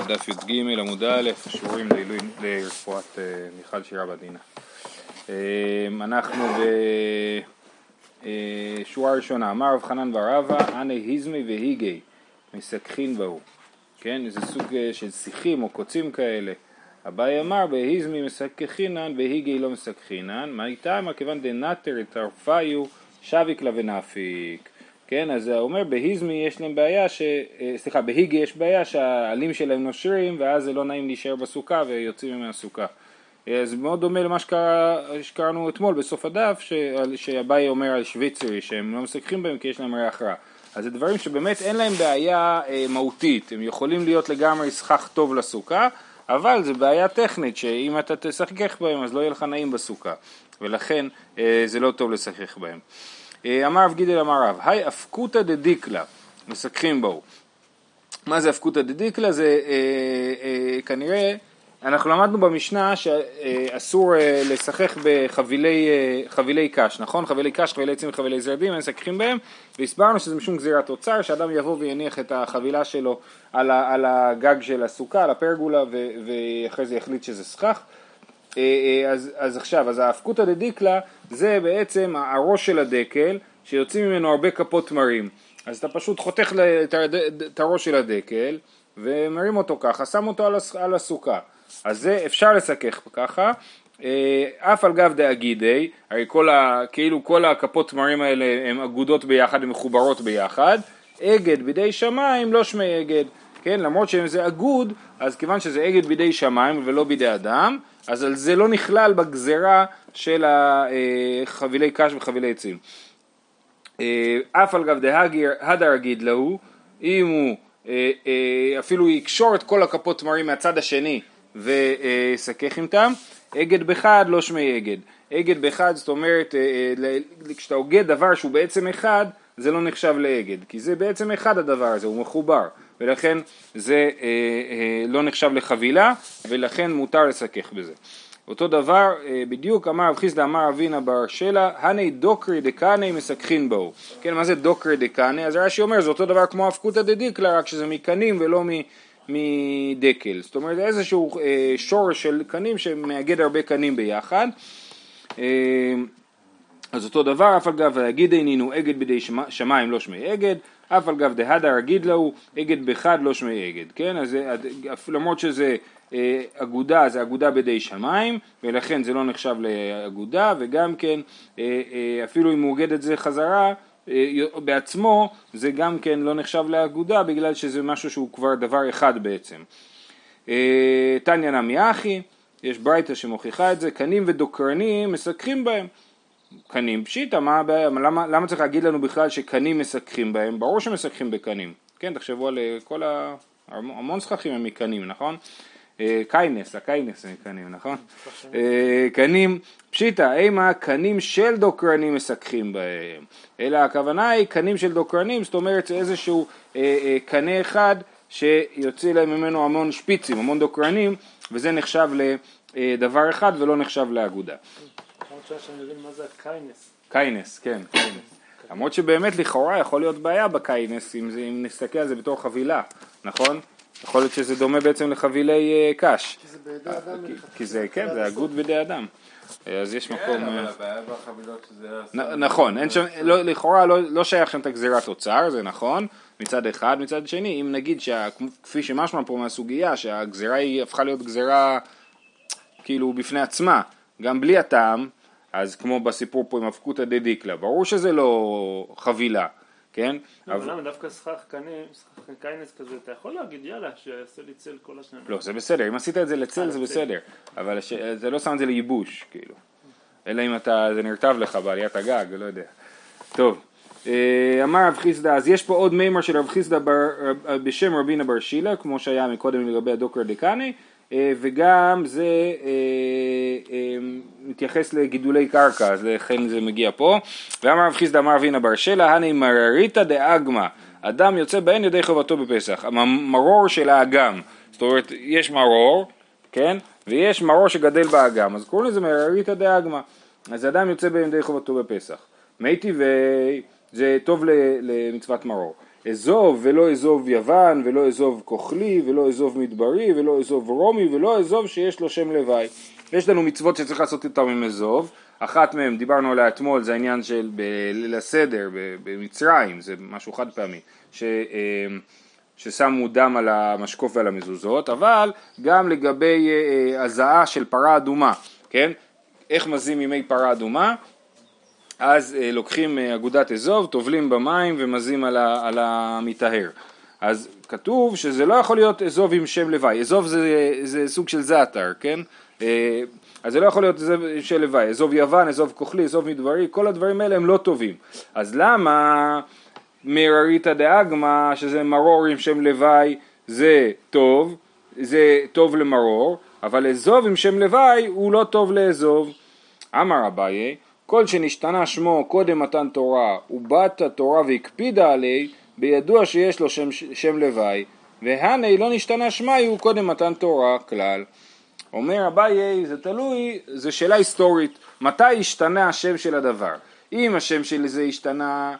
דף י"ג עמוד א', שיעורים לרפואת מיכל שירה בדינה. אנחנו בשורה ראשונה, אמר רב חנן בר אבא, אנא היזמי והיגי, מסככין בהו. כן, זה סוג של שיחים או קוצים כאלה. אביי אמר, בהיזמי מסככינן והיגי לא מסככינן, מה איתם? כיוון דנטר את הרפיו שוויק לה ונאפיק. כן, אז הוא אומר, בהיזמי יש להם בעיה, בהיגי יש בעיה שהעלים שלהם נושרים, ואז זה לא נעים להישאר בסוכה ויוצאים מהסוכה. אז מאוד דומה למה שקראנו אתמול בסוף הדף, שאביי אומר על שוויצרי, שהם לא מסככים בהם כי יש להם ריח רע. אז זה דברים שבאמת אין להם בעיה מהותית, הם יכולים להיות לגמרי סכך טוב לסוכה, אבל זה בעיה טכנית, שאם אתה תשחקך בהם אז לא יהיה לך נעים בסוכה, ולכן זה לא טוב לשחק בהם. אמר רב גידל אמר רב, היי אפקותא דדיקלה, מסככים בו. מה זה אפקותא דדיקלה? זה כנראה, אנחנו למדנו במשנה שאסור לשחק בחבילי קש, נכון? חבילי קש, חבילי עצים וחבילי זרדים, מסככים בהם, והסברנו שזה משום גזירת אוצר, שאדם יבוא ויניח את החבילה שלו על הגג של הסוכה, על הפרגולה, ואחרי זה יחליט שזה סכך. אז עכשיו, אז האפקותא דדיקלה זה בעצם הראש של הדקל שיוצאים ממנו הרבה כפות תמרים. אז אתה פשוט חותך את הראש של הדקל ומרים אותו ככה, שם אותו על הסוכה. אז זה אפשר לסכך ככה. אף על גב דאגידי, הרי כאילו כל הכפות תמרים האלה הן אגודות ביחד, הן מחוברות ביחד. אגד בידי שמיים לא שמי אגד. כן, למרות שזה אגוד, אז כיוון שזה אגד בידי שמיים ולא בידי אדם, אז זה לא נכלל בגזרה של חבילי קש וחבילי עצים. אף על גב דהדר אגיד להו, אם הוא אפילו יקשור את כל הכפות תמרים מהצד השני וסכך איתם, אגד בחד לא שמי אגד. אגד בחד זאת אומרת, כשאתה אוגד דבר שהוא בעצם אחד, זה לא נחשב לאגד, כי זה בעצם אחד הדבר הזה, הוא מחובר, ולכן זה לא נחשב לחבילה, ולכן מותר לסכך בזה. אותו דבר, בדיוק אמר רב חיסדא אמר אבינה בר שלה, הני דוקרי דקני מסככין בו. כן, מה זה דוקרי דקני? אז רש"י אומר, זה אותו דבר כמו אפקותא דדיקלה, רק שזה מקנים ולא מדקל. זאת אומרת, זה איזשהו שורש של קנים שמאגד הרבה קנים ביחד. אז אותו דבר, אף על גב אגיד אינינו אגד בידי שמיים לא שמי אגד, אף על גב דהדר אגיד להו אגד בחד לא שמי אגד, כן? אז למרות שזה אגודה, זה אגודה בידי שמיים, ולכן זה לא נחשב לאגודה, וגם כן אפילו אם הוא אוגד את זה חזרה בעצמו, זה גם כן לא נחשב לאגודה, בגלל שזה משהו שהוא כבר דבר אחד בעצם. תניא נמי אחי, יש ברייתא שמוכיחה את זה, קנים ודוקרנים מסככים בהם. קנים פשיטא, למה צריך להגיד לנו בכלל שקנים מסככים בהם? ברור שמסככים בקנים, כן, תחשבו על המון סככים הם מקנים, נכון? הקיינס הם קנים, נכון? קנים פשיטא, אימה קנים של דוקרנים מסככים בהם, אלא הכוונה היא קנים של דוקרנים, זאת אומרת זה איזשהו קנה אחד שיוצא להם ממנו המון שפיצים, המון דוקרנים, וזה נחשב לדבר אחד ולא נחשב לאגודה. שאני מבין מה זה הקיינס. קיינס, כן, קיינס. למרות שבאמת לכאורה יכול להיות בעיה בקיינס, אם נסתכל על זה בתור חבילה, נכון? יכול להיות שזה דומה בעצם לחבילי קש. כי זה בידי אדם. כי זה, כן, זה אגוד בידי אדם. אז יש מקום... כן, אבל הבעיה בחבילות שזה... נכון, לכאורה לא שייך שם את הגזירת אוצר, זה נכון, מצד אחד, מצד שני, אם נגיד כפי שמשמע פה מהסוגיה, שהגזירה היא הפכה להיות גזירה כאילו בפני עצמה, גם בלי הטעם, אז כמו בסיפור פה עם אפקותא דדיקלה, ברור שזה לא חבילה, כן? אבל למה דווקא סכך קיינס כזה, אתה יכול להגיד יאללה, שיעשה לי צל כל השניים. לא, זה בסדר, אם עשית את זה לצל זה בסדר, אבל זה לא שם את זה לייבוש, כאילו. אלא אם זה נרטב לך בעליית הגג, לא יודע. טוב, אמר רב חיסדא, אז יש פה עוד מימר של רב חיסדא בשם רבינה בר שילה, כמו שהיה מקודם לגבי הדוקר דקני, וגם זה מתייחס לגידולי קרקע, אז לכן זה מגיע פה. ואמר רב חיסדא אמר רבינה בר שילה, הני מרריתא דאגמא, אדם יוצא בהן ידי חובתו בפסח, המרור של האגם, זאת אומרת יש מרור, כן? ויש מרור שגדל באגם, אז קוראים לזה מרריתא דאגמא, אז אדם יוצא בהן ידי חובתו בפסח. מי טבעי, זה טוב למצוות מרור. אזוב ולא אזוב יוון ולא אזוב כוחלי ולא אזוב מדברי ולא אזוב רומי ולא אזוב שיש לו שם לוואי. יש לנו מצוות שצריך לעשות אותם עם אזוב, אחת מהם דיברנו עליה אתמול, זה העניין של בליל הסדר במצרים, זה משהו חד פעמי, ששמו דם על המשקוף ועל המזוזות, אבל גם לגבי הזעה של פרה אדומה, כן? איך מזים ימי פרה אדומה? אז לוקחים אגודת אזוב, טובלים במים ומזים על המטהר. אז כתוב שזה לא יכול להיות אזוב עם שם לוואי, אזוב זה סוג של זעתר, כן? אז זה לא יכול להיות אזוב של לוואי, אזוב יוון, אזוב כוחלי, אזוב מדברי, כל הדברים האלה הם לא טובים. אז למה מרריתא דאגמא, שזה מרור עם שם לוואי, זה טוב למרור, אבל אזוב עם שם לוואי הוא לא טוב לאזוב. אמר אביי, כל שנשתנה שמו קודם מתן תורה ובת התורה והקפידה עלי, בידוע שיש לו שם לוואי, והנה לא נשתנה שמי הוא קודם מתן תורה כלל. אומר אביי, זה תלוי, זה שאלה היסטורית, מתי השתנה השם של הדבר? אם השם של זה השתנה,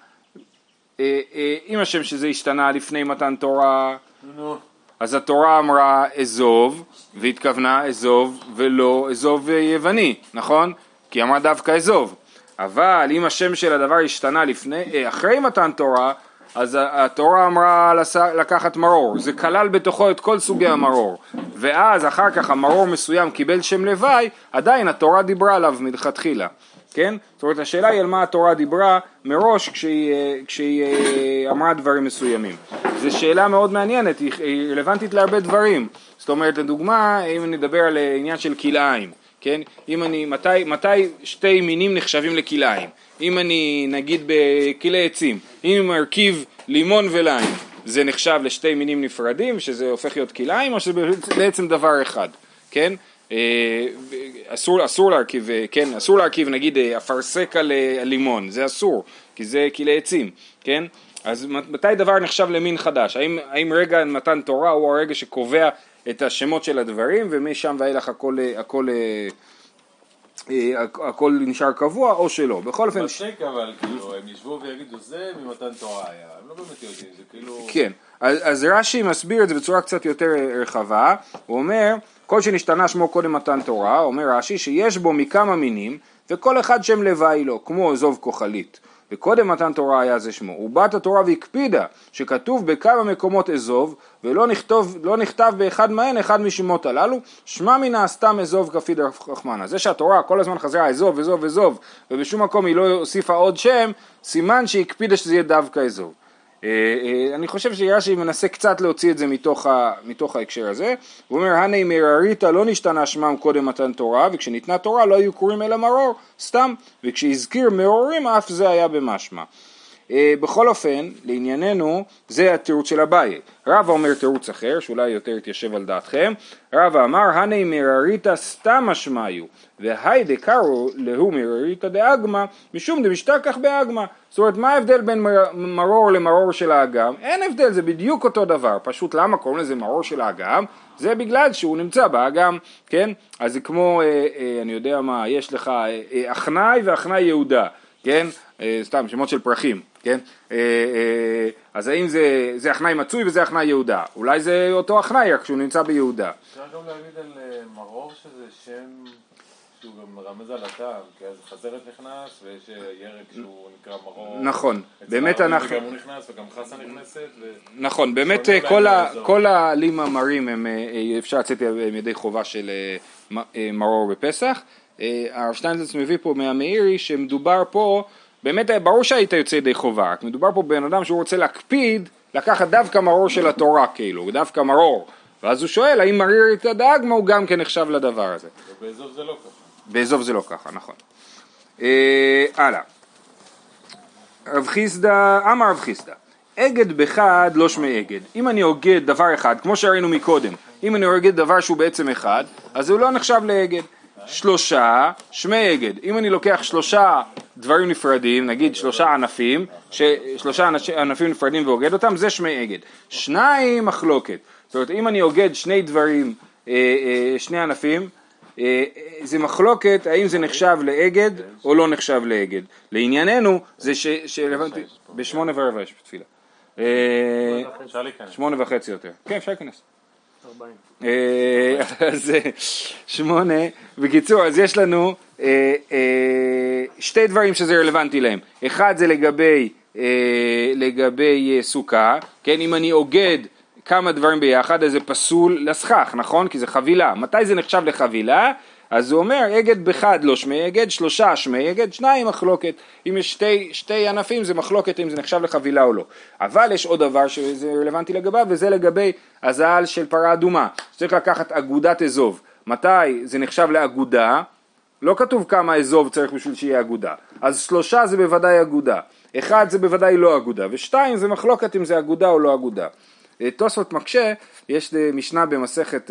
לפני מתן תורה, אז התורה אמרה אזוב, והתכוונה אזוב ולא אזוב יווני, נכון? כי אמרה דווקא אזוב. אבל אם השם של הדבר השתנה אחרי מתן תורה, אז התורה אמרה לקחת מרור, זה כלל בתוכו את כל סוגי המרור, ואז אחר כך המרור מסוים קיבל שם לוואי, עדיין התורה דיברה עליו מלכתחילה, כן? זאת אומרת, השאלה היא על מה התורה דיברה מראש כשהיא אמרה דברים מסוימים. זו שאלה מאוד מעניינת, היא רלוונטית להרבה דברים. זאת אומרת, לדוגמה, אם נדבר על עניין של כלאיים, כן? מתי שתי מינים נחשבים לכלאיים? אם אני נגיד בכלי עצים, אם אני מרכיב לימון וליין, זה נחשב לשתי מינים נפרדים, שזה הופך להיות כלאיים, או שזה בעצם דבר אחד, כן? אסור להרכיב, כן? אסור להרכיב נגיד אפרסק על לימון, זה אסור, כי זה כלי עצים, כן? אז מתי דבר נחשב למין חדש? האם רגע מתן תורה הוא הרגע שקובע את השמות של הדברים, ומשם ואילך הכל נשאר קבוע או שלא? בכל אופן... מצחיק אבל, כאילו, הם ישבו ויגידו, זה ממתן תורה היה, הם לא באמת יודעים, זה כאילו... כן, אז רש"י מסביר את זה בצורה קצת יותר רחבה, הוא אומר, כל שנשתנה שמו קודם מתן תורה, אומר רש"י שיש בו מכמה מינים, וכל אחד שם לוואי לו, כמו אזוב כוחלית. וקודם מתן תורה היה זה שמו, ובת התורה והקפידה, שכתוב בכמה מקומות אזוב, ולא נכתב באחד מהן, אחד משמות הללו, שמע מן הסתם אזוב כפי דרב רחמנא. זה שהתורה כל הזמן חזרה אזוב, אזוב, אזוב, ובשום מקום היא לא הוסיפה עוד שם, סימן שהיא הקפידה שזה יהיה דווקא אזוב. אני חושב שרש"י מנסה קצת להוציא את זה מתוך ההקשר הזה. הוא אומר, הנה מרריתא לא נשתנה שמם קודם מתן תורה, וכשניתנה תורה לא היו קוראים אלא מרור, סתם, וכשהזכיר מרורים אף זה היה במשמע. בכל אופן, לענייננו, זה התירוץ של אביי. רבא אומר תירוץ אחר, שאולי יותר יתיישב על דעתכם. רבא אמר, הנה מרריתא סתם משמעיו, והי דקרו להו מרריתא דאגמא, משום דמשתכח באגמא. זאת אומרת, מה ההבדל בין מרור למרור של האגם? אין הבדל, זה בדיוק אותו דבר. פשוט למה קוראים לזה מרור של האגם? זה בגלל שהוא נמצא באגם, כן? אז זה כמו, אני יודע מה, יש לך אחנאי ואחנאי יהודה, כן? סתם, שמות של פרחים, כן? אז האם זה אחנאי מצוי וזה אחנאי יהודה? אולי זה אותו אחנאי, רק שהוא נמצא ביהודה. אפשר גם להגיד על מרור שזה שם שהוא גם מרמז על הטעם, כי אז חזרת נכנס ויש ירק שהוא נקרא מרור. נכון, באמת אנחנו... וגם הוא נכנס וגם חסה נכנסת. נכון, באמת כל העלים המרים אפשר לצאת מידי חובה של מרור בפסח. הרב שטיינזלץ מביא פה מהמאירי שמדובר פה, באמת ברור שהיית יוצא ידי חובה, רק מדובר פה בן אדם שהוא רוצה להקפיד, לקחת דווקא מרור של התורה כאילו, דווקא מרור, ואז הוא שואל האם מרריתא דאגמא הוא גם כן נחשב לדבר הזה. ובאזוב זה לא ככה. באזוב זה לא ככה, נכון. הלאה. רב חיסדא, אמר רב חיסדא, אגד בחד לא שמי אגד. אם אני אוגד דבר אחד, כמו שראינו מקודם, אם אני אוגד דבר שהוא בעצם אחד, אז הוא לא נחשב לאגד. שלושה שמי אגד. אם אני לוקח שלושה דברים נפרדים, נגיד שלושה ענפים נפרדים ואוגד אותם, זה שמי אגד. שניים מחלוקת. זאת אומרת, אם אני אוגד שני דברים, שני ענפים, זה מחלוקת האם זה נחשב לאגד או לא נחשב לאגד. לענייננו זה שרלוונטי, ב8:15 יש בתפילה. אפשר להיכנס. 8:30 יותר. כן, אפשר להיכנס. 40. אז 8, בקיצור, אז יש לנו שתי דברים שזה רלוונטי להם. אחד זה לגבי סוכה, כן, אם אני אוגד כמה דברים ביחד, אז זה פסול לסכך, נכון? כי זה חבילה. מתי זה נחשב לחבילה? אז הוא אומר, אגד בחד לא שמי אגד, 3 שמי אגד, 2 מחלוקת. אם יש שתי ענפים זה מחלוקת אם זה נחשב לחבילה או לא. אבל יש עוד דבר שזה רלוונטי לגביו, וזה לגבי הזעל של פרה אדומה. צריך לקחת אגודת אזוב. מתי זה נחשב לאגודה? לא כתוב כמה אזוב צריך בשביל שיהיה אגודה. אז 3 זה בוודאי אגודה. 1 זה בוודאי לא אגודה. ו2 זה מחלוקת אם זה אגודה או לא אגודה. תוספות מקשה, יש משנה במסכת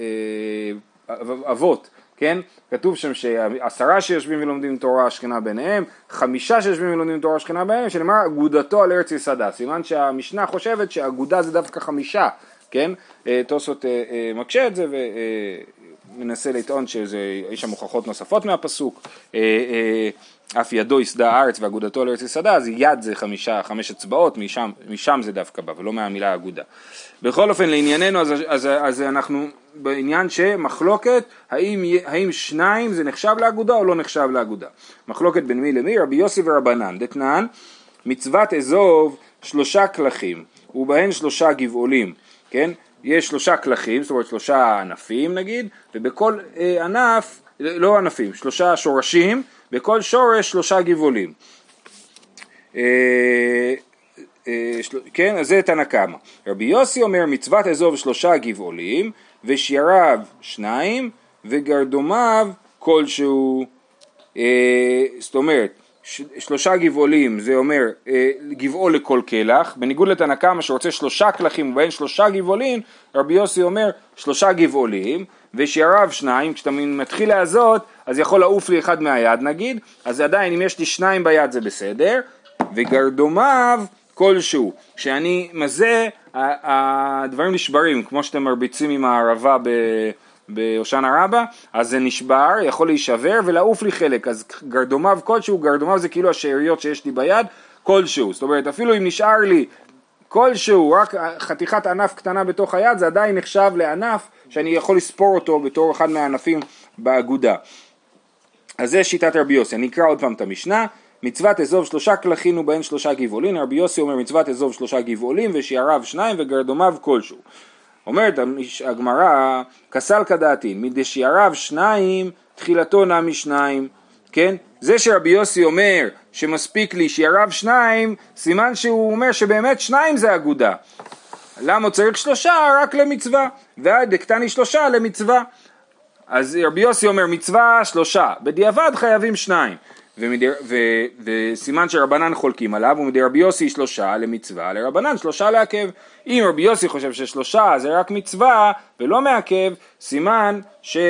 אבות. כן? כתוב שם ש10 שיושבים ולומדים תורה השכנה ביניהם, 5 שיושבים ולומדים תורה השכנה ביניהם, שנאמר אגודתו על ארץ יסדה. סימן שהמשנה חושבת שאגודה זה דווקא 5, כן? תוספות מקשה את זה ומנסה לטעון שיש שם הוכחות נוספות מהפסוק. אף ידו יסדה הארץ ואגודתו על ארץ יסדה, אז יד זה 5 אצבעות, משם זה דווקא בא, ולא מהמילה אגודה. בכל אופן, לענייננו, אז אנחנו בעניין שמחלוקת, האם 2 זה נחשב לאגודה או לא נחשב לאגודה. מחלוקת בין מי למי, רבי יוסי ורבנן. דתנן, מצוות אזוב 3 כלכים, ובהן 3 גבעולים, כן? יש 3 כלכים, זאת אומרת 3 ענפים נגיד, ובכל ענף, לא ענפים, 3 שורשים, בכל שורש 3 גבעולים. כן, אז זה תנא קמא. רבי יוסי אומר מצוות אזוב 3 גבעולים, ושיריו 2, וגרדומיו כלשהו. זאת אומרת, 3 גבעולים זה אומר גבעול לכל כלח, בניגוד לתנא קמא שרוצה 3 כלכים ובהן 3 גבעולים, רבי יוסי אומר 3 גבעולים, ושיריו 2, כשאתה מתחיל לעזות, אז יכול לעוף לי אחד מהיד נגיד, אז עדיין אם יש לי 2 ביד זה בסדר, וגרדומיו כלשהו, כשאני מזה, הדברים נשברים, כמו שאתם מרביצים עם הערבה בהושענא רבה, אז זה נשבר, יכול להישבר ולעוף לי חלק, אז גרדומיו כלשהו, גרדומיו זה כאילו השאריות שיש לי ביד, כלשהו, זאת אומרת אפילו אם נשאר לי כלשהו, רק חתיכת ענף קטנה בתוך היד, זה עדיין נחשב לענף שאני יכול לספור אותו בתור אחד מהענפים באגודה. אז זה שיטת רבי יוסי, אני אקרא עוד פעם את המשנה, מצוות אזוב 3 כלכים ובהן 3 גבעולים, רבי יוסי אומר מצוות אזוב 3 גבעולים ושיריו 2 וגרדומיו כלשהו. אומרת הגמרא, כסל כדעתין, מדשיריו 2 תחילתו נמי 2, כן? זה שרבי יוסי אומר שמספיק לי שיריו 2, סימן שהוא אומר שבאמת 2 זה אגודה. למה צריך 3? רק למצווה, ועד דקטני 3 למצווה. אז רבי יוסי אומר מצווה 3, בדיעבד חייבים 2. וסימן שרבנן חולקים עליו, ומדי רבי יוסי 3 למצווה, לרבנן 3 לעכב. אם רבי יוסי חושב ש3 זה רק מצווה ולא מעכב, סימן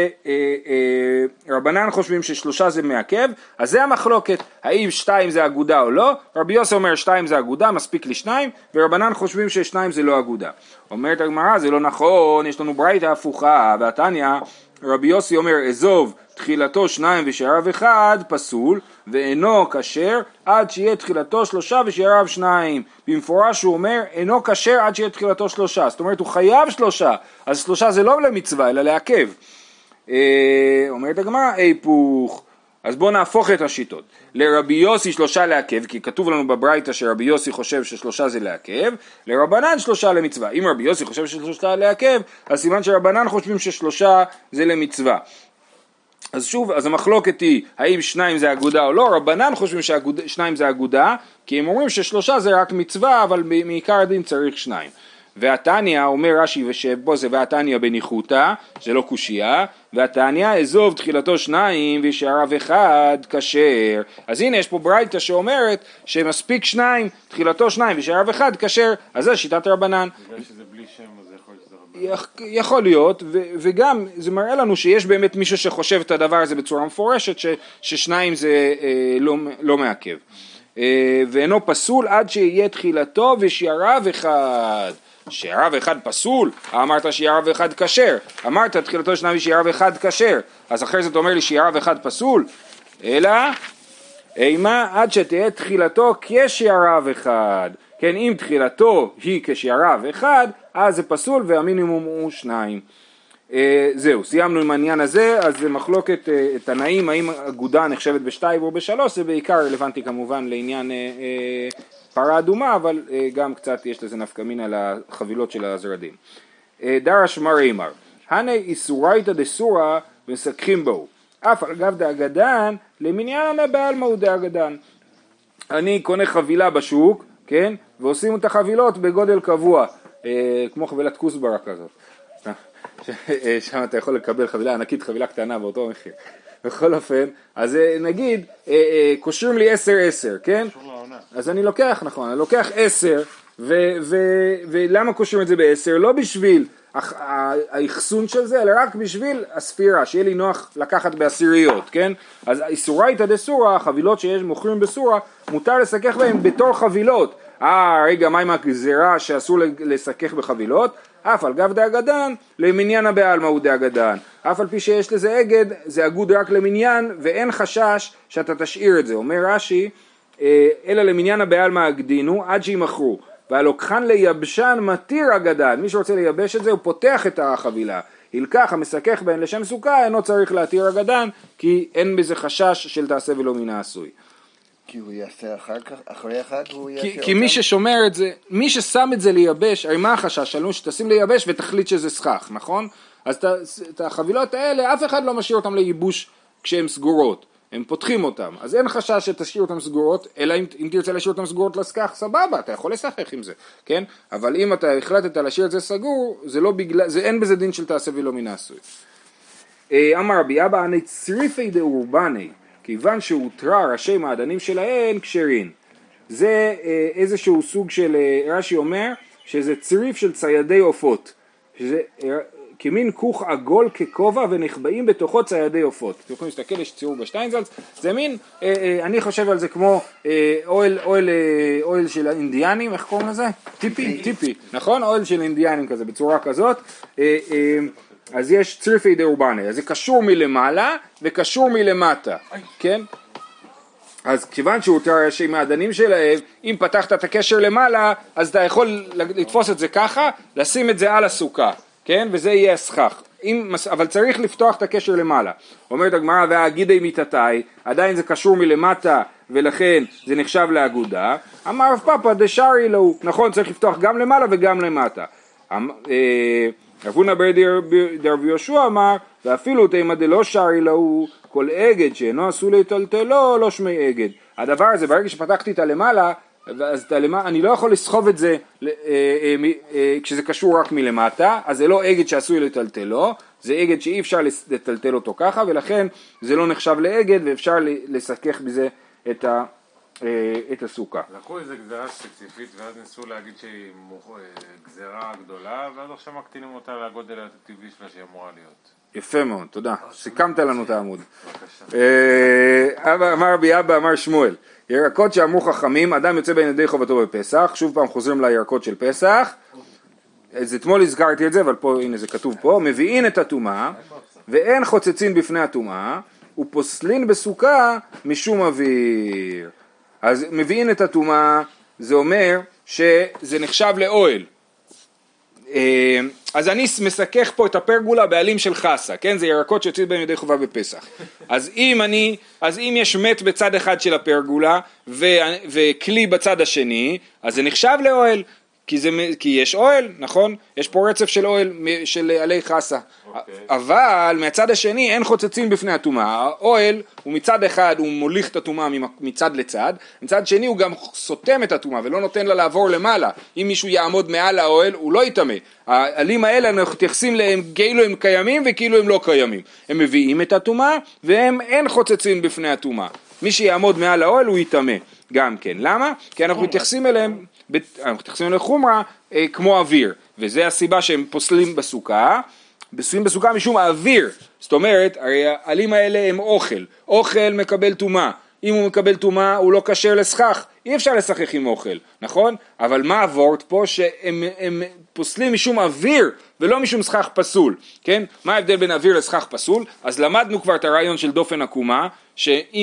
שרבנן חושבים ש3 זה מעכב, אז זה המחלוקת, האם 2 זה אגודה או לא. רבי יוסי אומר 2 זה אגודה, מספיק לי 2, ורבנן חושבים ש2 זה לא אגודה. אומרת הגמרא, זה לא נכון, יש לנו ברייתא הפוכה, והתניא רבי יוסי אומר אזוב תחילתו 2 ושיריו 1 פסול, ואינו כשר עד שיהיה תחילתו 3 ושיריו 2. במפורש הוא אומר אינו כשר עד שיהיה תחילתו 3, זאת אומרת הוא חייב 3, אז 3 זה לא למצווה אלא לעכב. אומרת הגמרא היפוך, אז בואו נהפוך את השיטות. לרבי יוסי 3 לעכב, כי כתוב לנו בברייתא שרבי יוסי חושב ש3 זה לעכב, לרבנן 3 למצווה. אם רבי יוסי חושב ש3 לעכב, אז סימן שרבנן חושבים ש3 זה למצווה. אז שוב, אז המחלוקת היא האם 2 זה אגודה או לא. רבנן חושבים ש2 זה אגודה, כי הם אומרים ש3 זה רק מצווה, אבל מעיקר הדין צריך 2. והתניא אומר רש"י ושבו זה והתניא בניחותא, זה לא קושייה, והתניא אזוב תחילתו 2 ושיריו 1 כשר. אז הנה יש פה ברייתא שאומרת שמספיק 2, תחילתו 2 ושיריו 1 כשר, אז זה שיטת רבנן. בגלל שזה בלי שם אז זה יכול להיות שזה רבנן. יכול להיות, וגם זה מראה לנו שיש באמת מישהו שחושב את הדבר הזה בצורה מפורשת, ש2 זה לא מעכב. ואינו פסול עד שיהיה תחילתו ושיריו 1. שיריו 1 פסול, אמרת שיריו 1 כשר, אמרת תחילתו 2 ושיריו 1 כשר, אז אחרי זה אתה אומר לי שיריו 1 פסול, אלא אימה עד שתהיה תחילתו כשיריו 1, כן, אם תחילתו היא כשירב אחד, אז זה פסול והמינימום הוא 2. זהו, סיימנו עם העניין הזה, אז זה מחלוקת תנאים, האם אגודה נחשבת ב2 או ב3, זה בעיקר רלוונטי כמובן לעניין פרה אדומה, אבל גם קצת יש לזה נפקא מינה לחבילות של הזרדים. דרש מרימר, הנה איסורייתא דסורא מסככים בו, אף על גב דאגדן למניין בעלמא הוא דאגדן. אני קונה חבילה בשוק, כן, ועושים את החבילות בגודל קבוע, כמו חבילת כוסברה כזאת. שם אתה יכול לקבל חבילה ענקית, חבילה קטנה באותו מחיר. בכל אופן, אז נגיד, קושרים לי 10-10, כן? אז אני לוקח, נכון, אני לוקח 10, ולמה קושרים את זה ב10? לא בשביל האחסון של זה, אלא רק בשביל הספירה, שיהיה לי נוח לקחת בעשיריות, כן? אז איסורייתא דסורא, החבילות שיש מוכרים בסורא, מותר לסכך בהם בתור חבילות. רגע, מה עם הגזירה שאסור לסכך בחבילות? אף על גב דאגדן, למניין בעלמא הוא דאגדן. אף על פי שיש לזה אגד, זה אגוד רק למניין, ואין חשש שאתה תשאיר את זה. אומר רש"י, אלא למניין בעלמא אגדינו, עד שימכרו. והלוקחן ליבשן מתיר אגדן. מי שרוצה לייבש את זה, הוא פותח את החבילה. הלקח המסכך בהן לשם סוכה, אינו צריך להתיר אגדן, כי אין בזה חשש של תעשה ולא מן העשוי. כי הוא יעשה אחרי אחד, הוא יעשה אותם? כי מי ששומר את זה, מי ששם את זה לייבש, הרי מה החשש? שלנו שתשים לייבש ותחליט שזה סכך, נכון? אז את החבילות האלה, אף אחד לא משאיר אותם לייבוש כשהן סגורות, הם פותחים אותם, אז אין חשש שתשאיר אותם סגורות, אלא אם תרצה להשאיר אותם סגורות לסכך, סבבה, אתה יכול לשחק עם זה, כן? אבל אם אתה החלטת להשאיר את זה סגור, זה לא בגלל, זה אין בזה דין של תעשה ולא מן העשוי. אמר רבי אבא, אני צריפי דאורבני, כיוון שהותרה ראשי מעדנים שלהן כשרין. זה איזשהו סוג של, רש"י אומר, שזה צריף של ציידי עופות. שזה כמין כוך עגול ככובע ונחבאים בתוכו ציידי עופות. אתם יכולים להסתכל, יש ציור בשטיינזלץ, זה מין, אני חושב על זה כמו אוהל של האינדיאנים, איך קוראים לזה? טיפי, נכון? אוהל של אינדיאנים כזה, בצורה כזאת. אז יש צריפי דאורבני, אז זה קשור מלמעלה וקשור מלמטה, כן? אז כיוון שהותר ראשי מעדנים שלהם, אם פתחת את הקשר למעלה, אז אתה יכול לתפוס את זה ככה, לשים את זה על הסוכה, כן? וזה יהיה הסכך. אבל צריך לפתוח את הקשר למעלה. אומרת הגמרא, והגידי מיתתי, עדיין זה קשור מלמטה, ולכן זה נחשב לאגודה. אמר רב פאפא דשארי לו, נכון, צריך לפתוח גם למעלה וגם למטה. רב הונא בר דרבי יהושע אמר, ואפילו תימא דלא שרי לו, כל אגד שאינו עשוי לטלטלו, לא שמי אגד. הדבר הזה, ברגע שפתחתי את הלמעלה, אז אני לא יכול לסחוב את זה כשזה קשור רק מלמטה, אז זה לא אגד שעשוי לטלטלו, זה אגד שאי אפשר לטלטל אותו ככה, ולכן זה לא נחשב לאגד, ואפשר לסכך בזה את הסוכה. לקחו איזה גזרה ספציפית, ואז ניסו להגיד שהיא גזרה גדולה, ואז עכשיו מקטינים אותה לגודל הטבעי שלה שהיא אמורה להיות. יפה מאוד, תודה. סיכמת לנו את העמוד. אמר רבי אבא, אמר שמואל, ירקות שאמרו חכמים, אדם יוצא בין ידי חובתו בפסח, שוב פעם חוזרים לירקות של פסח, אז אתמול הזכרתי את זה, אבל פה, הנה זה כתוב פה, מביאים את הטומאה, ואין חוצצין בפני הטומאה, ופוסלין בסוכה משום אוויר. אז מביאים את הטומאה, זה אומר שזה נחשב לאוהל. אז אני מסכך פה את הפרגולה בעלים של חסה, כן? זה ירקות שיוצאים בין ידי חובה בפסח. אז אם יש מת בצד אחד של הפרגולה וכלי בצד השני, אז זה נחשב לאוהל, כי יש אוהל, נכון? יש פה רצף של אוהל של עלי חסה. אבל מהצד השני אין חוצצים בפני הטומאה. האוהל הוא מצד אחד הוא מוליך את הטומאה מצד לצד, מצד שני הוא גם סותם את הטומאה ולא נותן לה לעבור למעלה. אם מישהו יעמוד מעל האוהל הוא לא יטמא. העלים האלה אנחנו מתייחסים להם כאילו הם קיימים וכאילו הם לא קיימים. הם מביאים את הטומאה והם אין חוצצים בפני הטומאה. מי שיעמוד מעל האוהל הוא יטמא גם כן. למה? כי אנחנו מתייחסים אליהם לחומרה כמו אוויר, וזה הסיבה שהם פוסלים בסוכה, פוסלים בסוכה משום האוויר, זאת אומרת, הרי העלים האלה הם אוכל מקבל טומאה, אם הוא מקבל טומאה הוא לא כשר לסכך, אי אפשר לשחק עם אוכל, נכון? אבל מה הוורט פה? שהם פוסלים משום אוויר ולא משום סכך פסול, כן? מה ההבדל בין אוויר לסכך פסול? אז למדנו כבר את הרעיון של דופן עקומה, שאם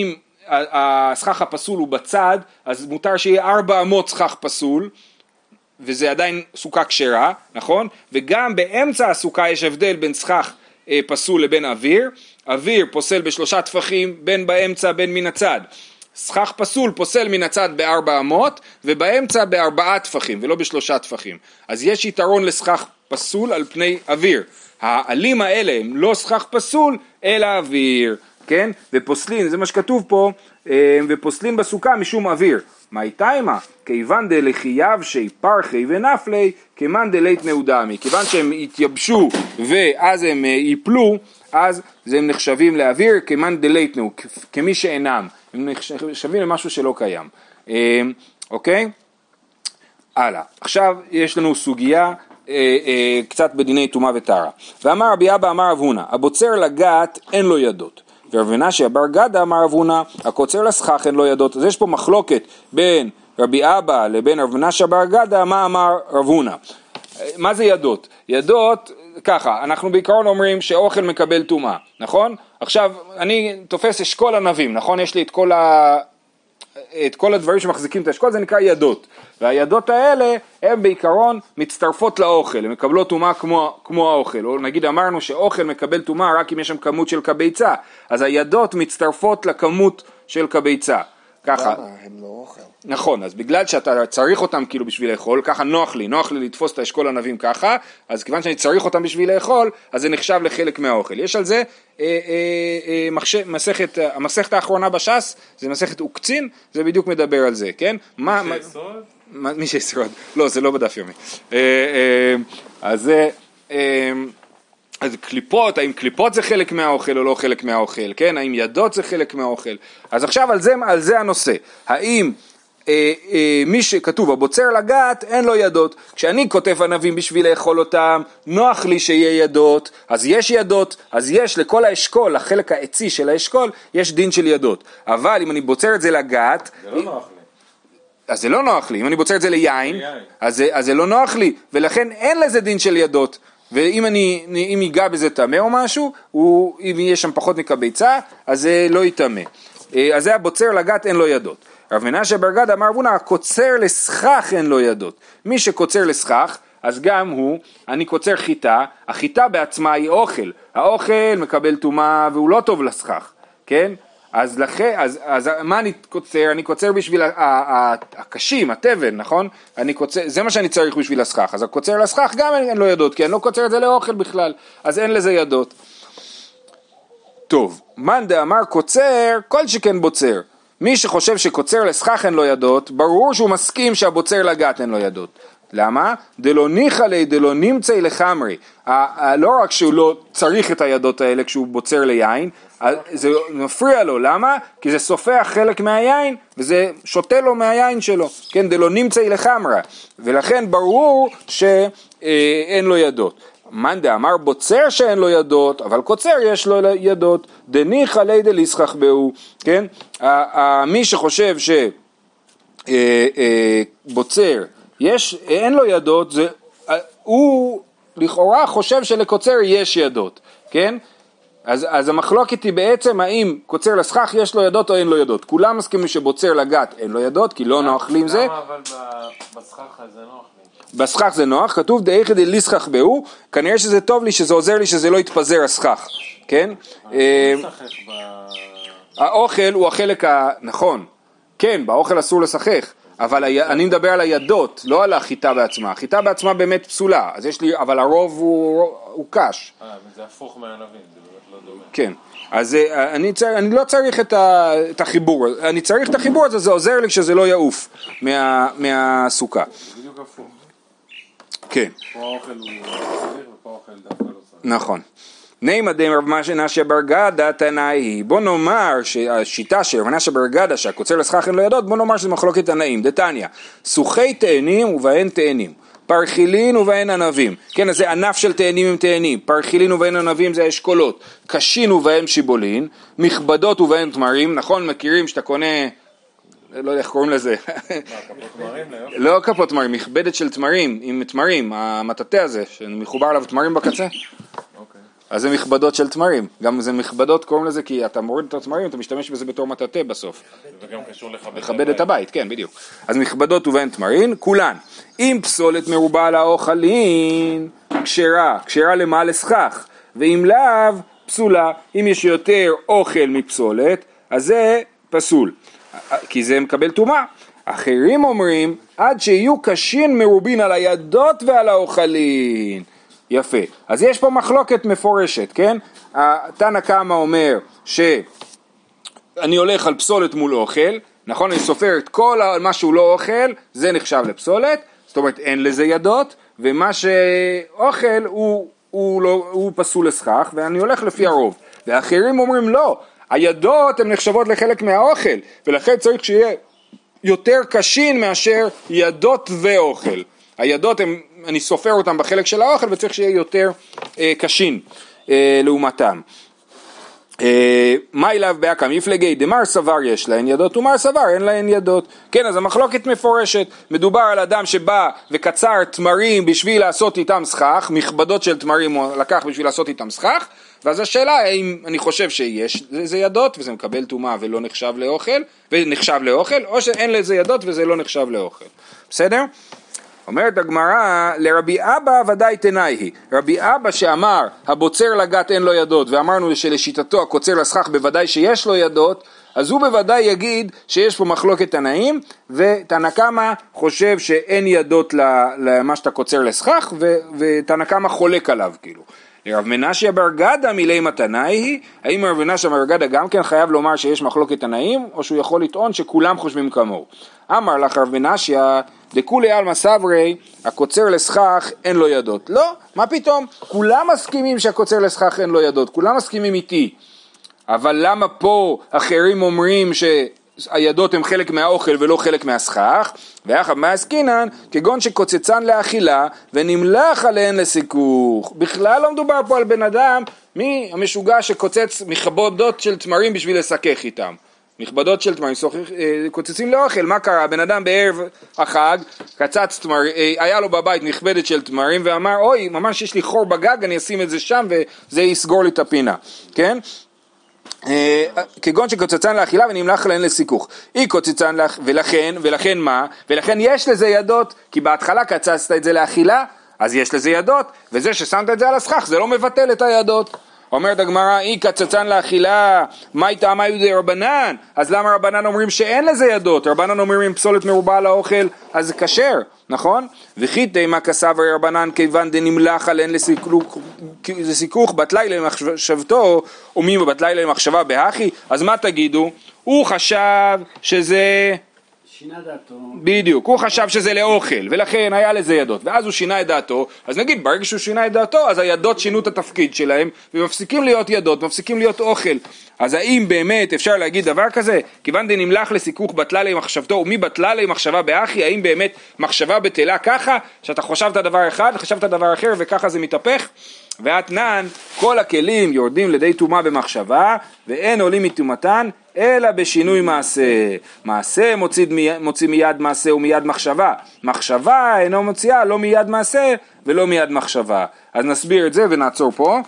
הסכך הפסול הוא בצד, אז מותר שיהיה 4 אמות סכך פסול, וזה עדיין סוכה כשרה, נכון? וגם באמצע הסוכה יש הבדל בין סכך פסול לבין אוויר. אוויר פוסל ב3 טפחים, בין באמצע בין מן הצד. סכך פסול פוסל מן הצד ב4 אמות, ובאמצע ב4 טפחים, ולא ב3 טפחים. אז יש יתרון לסכך פסול על פני אוויר. העלים האלה הם לא סכך פסול, אלא אוויר, כן? ופוסלין, זה מה שכתוב פה, ופוסלין בסוכה משום אוויר. מה איתיימה? כיוון דלחייב שפרחי ונפלי, כמאן דלית נעודמי. כיוון שהם התייבשו ואז הם ייפלו, אז הם נחשבים לאוויר, כמאן דלית נעוד, כמי שאינם. הם נחשבים למשהו שלא קיים. אוקיי? הלאה. עכשיו יש לנו סוגיה קצת בדיני טומאה וטהרה. ואמר רבי אבא אמר רב הונא, הבוצר לגת אין לו ידות. ורב מנשה בר גדא אמר רב הונא, הקוצר לסכך אין לו ידות. אז יש פה מחלוקת בין רבי אבא לבין רב מנשה בר גדא, מה אמר רב הונא. מה זה ידות? ידות, ככה, אנחנו בעיקרון אומרים שאוכל מקבל טומאה, נכון? עכשיו, אני תופס אשכול ענבים, נכון? יש לי את כל הדברים שמחזיקים את האשכול, זה נקרא ידות. והידות האלה, הן בעיקרון מצטרפות לאוכל, הן מקבלות טומאה כמו האוכל. או נגיד אמרנו שאוכל מקבל טומאה רק אם יש שם כמות של קביצה, אז הידות מצטרפות לכמות של קביצה. ככה. למה? הם לא אוכל. נכון, אז בגלל שאתה צריך אותם כאילו בשביל לאכול, ככה נוח לי לתפוס את האשכול ענבים ככה, אז כיוון שאני צריך אותם בשביל לאכול, אז זה נחשב לחלק מהאוכל. יש על זה המסכת האחרונה בש"ס, זה מסכת עוקצין, זה בדיוק מדבר על זה, כן? מי שישרוד? לא, זה לא בדף יומי. אז קליפות, האם קליפות זה חלק מהאוכל או לא חלק מהאוכל, כן? האם ידות זה חלק מהאוכל? אז עכשיו על זה הנושא. האם מי שכתוב הבוצר לגת אין לו ידות, כשאני כותב ענבים בשביל לאכול אותם, נוח לי שיהיה ידות, אז יש ידות, אז יש לכל האשכול, החלק העצי של האשכול, יש דין של ידות. אבל אם אני בוצר את זה לגת, זה לא נוח לי. אז זה לא נוח לי. אם אני בוצר את זה ליין, אז זה לא נוח לי, ולכן אין לזה דין של ידות. ואם ייגע בזה טמא או משהו, אם יש שם פחות מקביצה, אז זה לא יטמא. אז זה הבוצר לגת אין לו ידות. רב מנשה בר גדא אמר רב הונא, הקוצר לסכך אין לו ידות. מי שקוצר לסכך, אז גם הוא, אני קוצר חיטה, החיטה בעצמה היא אוכל. האוכל מקבל טומאה והוא לא טוב לסכך, כן? אז מה אני קוצר? אני קוצר בשביל הקשים, התבן, נכון? זה מה שאני צריך בשביל הסכך. אז הקוצר לסכך גם אין לו ידות, כי אני לא קוצר את זה לאוכל בכלל, אז אין לזה ידות. טוב, מאן דאמר קוצר, כל שכן בוצר. מי שחושב שקוצר לסכך אין לו ידות, ברור שהוא מסכים שהבוצר לגת אין לו ידות. למה? דלא ניחא ליה דלא נמצא לחמרי. לא רק שהוא לא צריך את הידות האלה כשהוא בוצר ליין, זה מפריע לו. למה? כי זה סופח חלק מהיין וזה שותה לו מהיין שלו. כן, דלא נמצא לחמרה. ולכן ברור שאין לו ידות. מאן דאמר בוצר שאין לו ידות, אבל קוצר יש לו ידות. דניחא ליה דליסכך בהו. כן? מי שחושב שבוצר אין לו ידות, הוא לכאורה חושב שלקוצר יש ידות, כן? אז המחלוקת היא בעצם האם קוצר לסכך יש לו ידות או אין לו ידות. כולם מסכימים שבוצר לגת אין לו ידות, כי לא נוח לי עם זה. למה אבל בסכך זה נוח לי? בסכך זה נוח, כתוב דאיכא דליסכך בהו, כנראה שזה טוב לי, שזה עוזר לי, שזה לא יתפזר הסכך, כן? האוכל הוא החלק הנכון, כן, באוכל אסור לשחך. אבל אני מדבר על הידות, לא על החיטה בעצמה. החיטה בעצמה באמת פסולה, אז יש לי, אבל הרוב הוא קש. זה הפוך מהענבים, זה באמת לא דומה. כן, אז אני לא צריך את החיבור, אני צריך את החיבור הזה, זה עוזר לי כשזה לא יעוף מהסוכה. זה בדיוק הפוך. כן. פה האוכל הוא צריך ופה האוכל דווקא לא צריך. נכון. נעימא דרב מנשה בר גדא תנאי, בוא נאמר שהשיטה של רב מנשה בר גדא שהקוצר לסכך אין לו ידות, בוא נאמר שזה מחלוקת תנאים. דתניא, סוכי תאנים ובהן תאנים, פרחילין ובהן ענבים. כן, אז זה ענף של תאנים עם תאנים, פרחילין ובהן ענבים זה האשכולות, קשין ובהן שיבולין, מכבדות ובהן תמרים. נכון, מכירים שאתה קונה, לא יודע איך קוראים לזה. לא כפות תמרים, מכבדת של תמרים, עם תמרים, המטאטא הזה, שמחובר עליו תמרים בקצה. אז זה מכבדות של תמרים, גם זה מכבדות קוראים לזה כי אתה מוריד את התמרים, אתה משתמש בזה בתור מטאטא בסוף. זה גם קשור לכבד את הבית, כן, בדיוק. אז מכבדות ובין תמרין, כולן. אם פסולת מרובה על האוכלין, כשרה למה לסכך, ואם לאו, פסולה. אם יש יותר אוכל מפסולת, אז זה פסול, כי זה מקבל טומאה. אחרים אומרים, עד שיהיו קשים מרובין על הידות ועל האוכלין. יפה. אז יש פה מחלוקת מפורשת, כן? תנא קמא אומר שאני הולך על פסולת מול אוכל, נכון? אני סופר את כל מה שהוא לא אוכל, זה נחשב לפסולת, זאת אומרת אין לזה ידות, ומה שאוכל הוא פסול לסכך, ואני הולך לפי הרוב. ואחרים אומרים לא, הידות הן נחשבות לחלק מהאוכל, ולכן צריך שיהיה יותר קשין מאשר ידות ואוכל. הידות אני סופר אותם בחלק של האוכל וצריך שיהיה יותר קשין לעומתם. מה אליו באקם יפלגי דמר סבר יש להן ידות ומר סבר אין להן ידות. כן, אז המחלוקת מפורשת, מדובר על אדם שבא וקצר תמרים בשביל לעשות איתם סכך, מכבדות של תמרים הוא לקח בשביל לעשות איתם סכך, ואז השאלה האם אני חושב שיש לזה ידות וזה מקבל טומאה ולא נחשב לאוכל ונחשב לאוכל, או שאין לזה ידות וזה לא נחשב לאוכל. בסדר? אומרת הגמרא, לרבי אבא ודאי תנאי היא. רבי אבא שאמר הבוצר לגת אין לו ידות, ואמרנו שלשיטתו הקוצר לסכך בוודאי שיש לו ידות, אז הוא בוודאי יגיד שיש פה מחלוקת תנאים, ותנא קמא חושב שאין ידות למה שאתה קוצר לסכך, ותנא קמא חולק עליו כאילו. לרב מנשיה בר גדא מילי מתנאי היא, האם רב מנשיה בר גדא גם כן חייב לומר שיש מחלוקת תנאים, או שהוא יכול לטעון שכולם חושבים כמוהו? אמר לך רב מנשיה, דכולי עלמא סברי, הקוצר לסכך אין לו ידות. לא, מה פתאום? כולם מסכימים שהקוצר לסכך אין לו ידות, כולם מסכימים איתי. אבל למה פה אחרים אומרים שהידות הם חלק מהאוכל ולא חלק מהסכך? ואחר מה עסקינן? כגון שקוצצן לאכילה ונמלח עליהן לסיכוך. בכלל לא מדובר פה על בן אדם מי המשוגע שקוצץ מכבדות של תמרים בשביל לסכך איתם. מכבדות של תמרים, קוצצים לאוכל. מה קרה? בן אדם בערב החג קצץ תמרים, היה לו בבית מכבדת של תמרים ואמר אוי ממש יש לי חור בגג, אני אשים את זה שם וזה יסגור לי את הפינה, כן? כגון שקוצצן לאכילה ונמלח עליהן לסיכוך. היא קוצצן ולכן מה? ולכן יש לזה ידות, כי בהתחלה קצצת את זה לאכילה אז יש לזה ידות, וזה ששמת את זה על הסכך זה לא מבטל את הידות. אומרת הגמרא, היא קצצן לאכילה, מה איתה מה יהודי רבנן? אז למה רבנן אומרים שאין לזה ידות? רבנן אומרים אם פסולת מרובה על האוכל אז זה כשר, נכון? וכי תימה כסבר רבנן כיוון דנמלח עליהן לסיכוך בטלי למחשבתו, ומי בטלי למחשבה בהכי, אז מה תגידו? הוא חשב שזה שינה דעתו. בדיוק, הוא חשב שזה לאוכל ולכן היה לזה ידות, ואז הוא שינה את דעתו, אז נגיד ברגע שהוא שינה את דעתו אז הידות שינו את התפקיד שלהם ומפסיקים להיות ידות, מפסיקים להיות אוכל. אז האם באמת אפשר להגיד דבר כזה? כיוון דנמלח לסיכוך בטלה למחשבתו ומי בטלה למחשבה באחי, האם באמת מחשבה בטלה ככה שאתה חשבת דבר אחד וחשבת דבר אחר וככה זה מתהפך? ואתנן כל הכלים יורדים לידי טומאה במחשבה ואין עולים מטומאתן אלא בשינוי מעשה. מעשה מוציא מיד מעשה ומיד מחשבה. מחשבה אינו מוציאה לא מיד מעשה ולא מיד מחשבה. אז נסביר את זה ונעצור פה.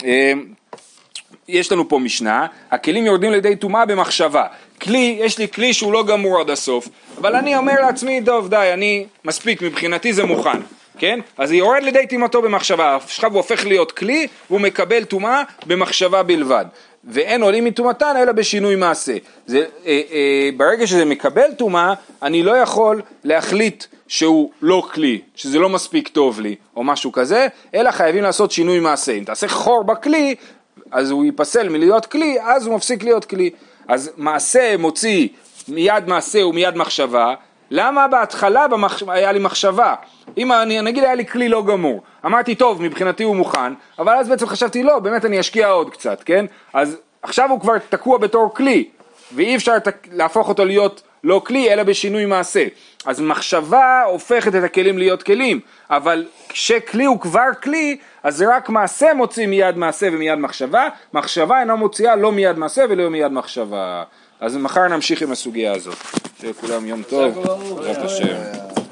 יש לנו פה משנה, הכלים יורדים לידי טומאה במחשבה. כלי, יש לי כלי שהוא לא גמור עד הסוף, אבל אני אומר לעצמי, טוב די, אני מספיק, מבחינתי זה מוכן. כן? אז היא יורד לידי טומאתו במחשבה, עכשיו הוא הופך להיות כלי, והוא מקבל טומאה במחשבה בלבד. ואין עולים מטומאתן אלא בשינוי מעשה. ברגע שזה מקבל טומאה, אני לא יכול להחליט שהוא לא כלי, שזה לא מספיק טוב לי, או משהו כזה, אלא חייבים לעשות שינוי מעשה. אם תעשה חור בכלי, אז הוא ייפסל מלהיות כלי, אז הוא מפסיק להיות כלי. אז מעשה מוציא מיד מעשה ומיד מחשבה, למה בהתחלה היה לי מחשבה? אם נגיד היה לי כלי לא גמור, אמרתי טוב מבחינתי הוא מוכן, אבל אז בעצם חשבתי לא, באמת אני אשקיע עוד קצת, כן? אז עכשיו הוא כבר תקוע בתור כלי, ואי אפשר להפוך אותו להיות לא כלי אלא בשינוי מעשה. אז מחשבה הופכת את הכלים להיות כלים, אבל כשכלי הוא כבר כלי, אז זה רק מעשה מוציא מיד מעשה ומיד מחשבה, מחשבה אינה מוציאה לא מיד מעשה ולא מיד מחשבה. אז מחר נמשיך עם הסוגיה הזאת. שכולם יום טוב, בעזרת השם.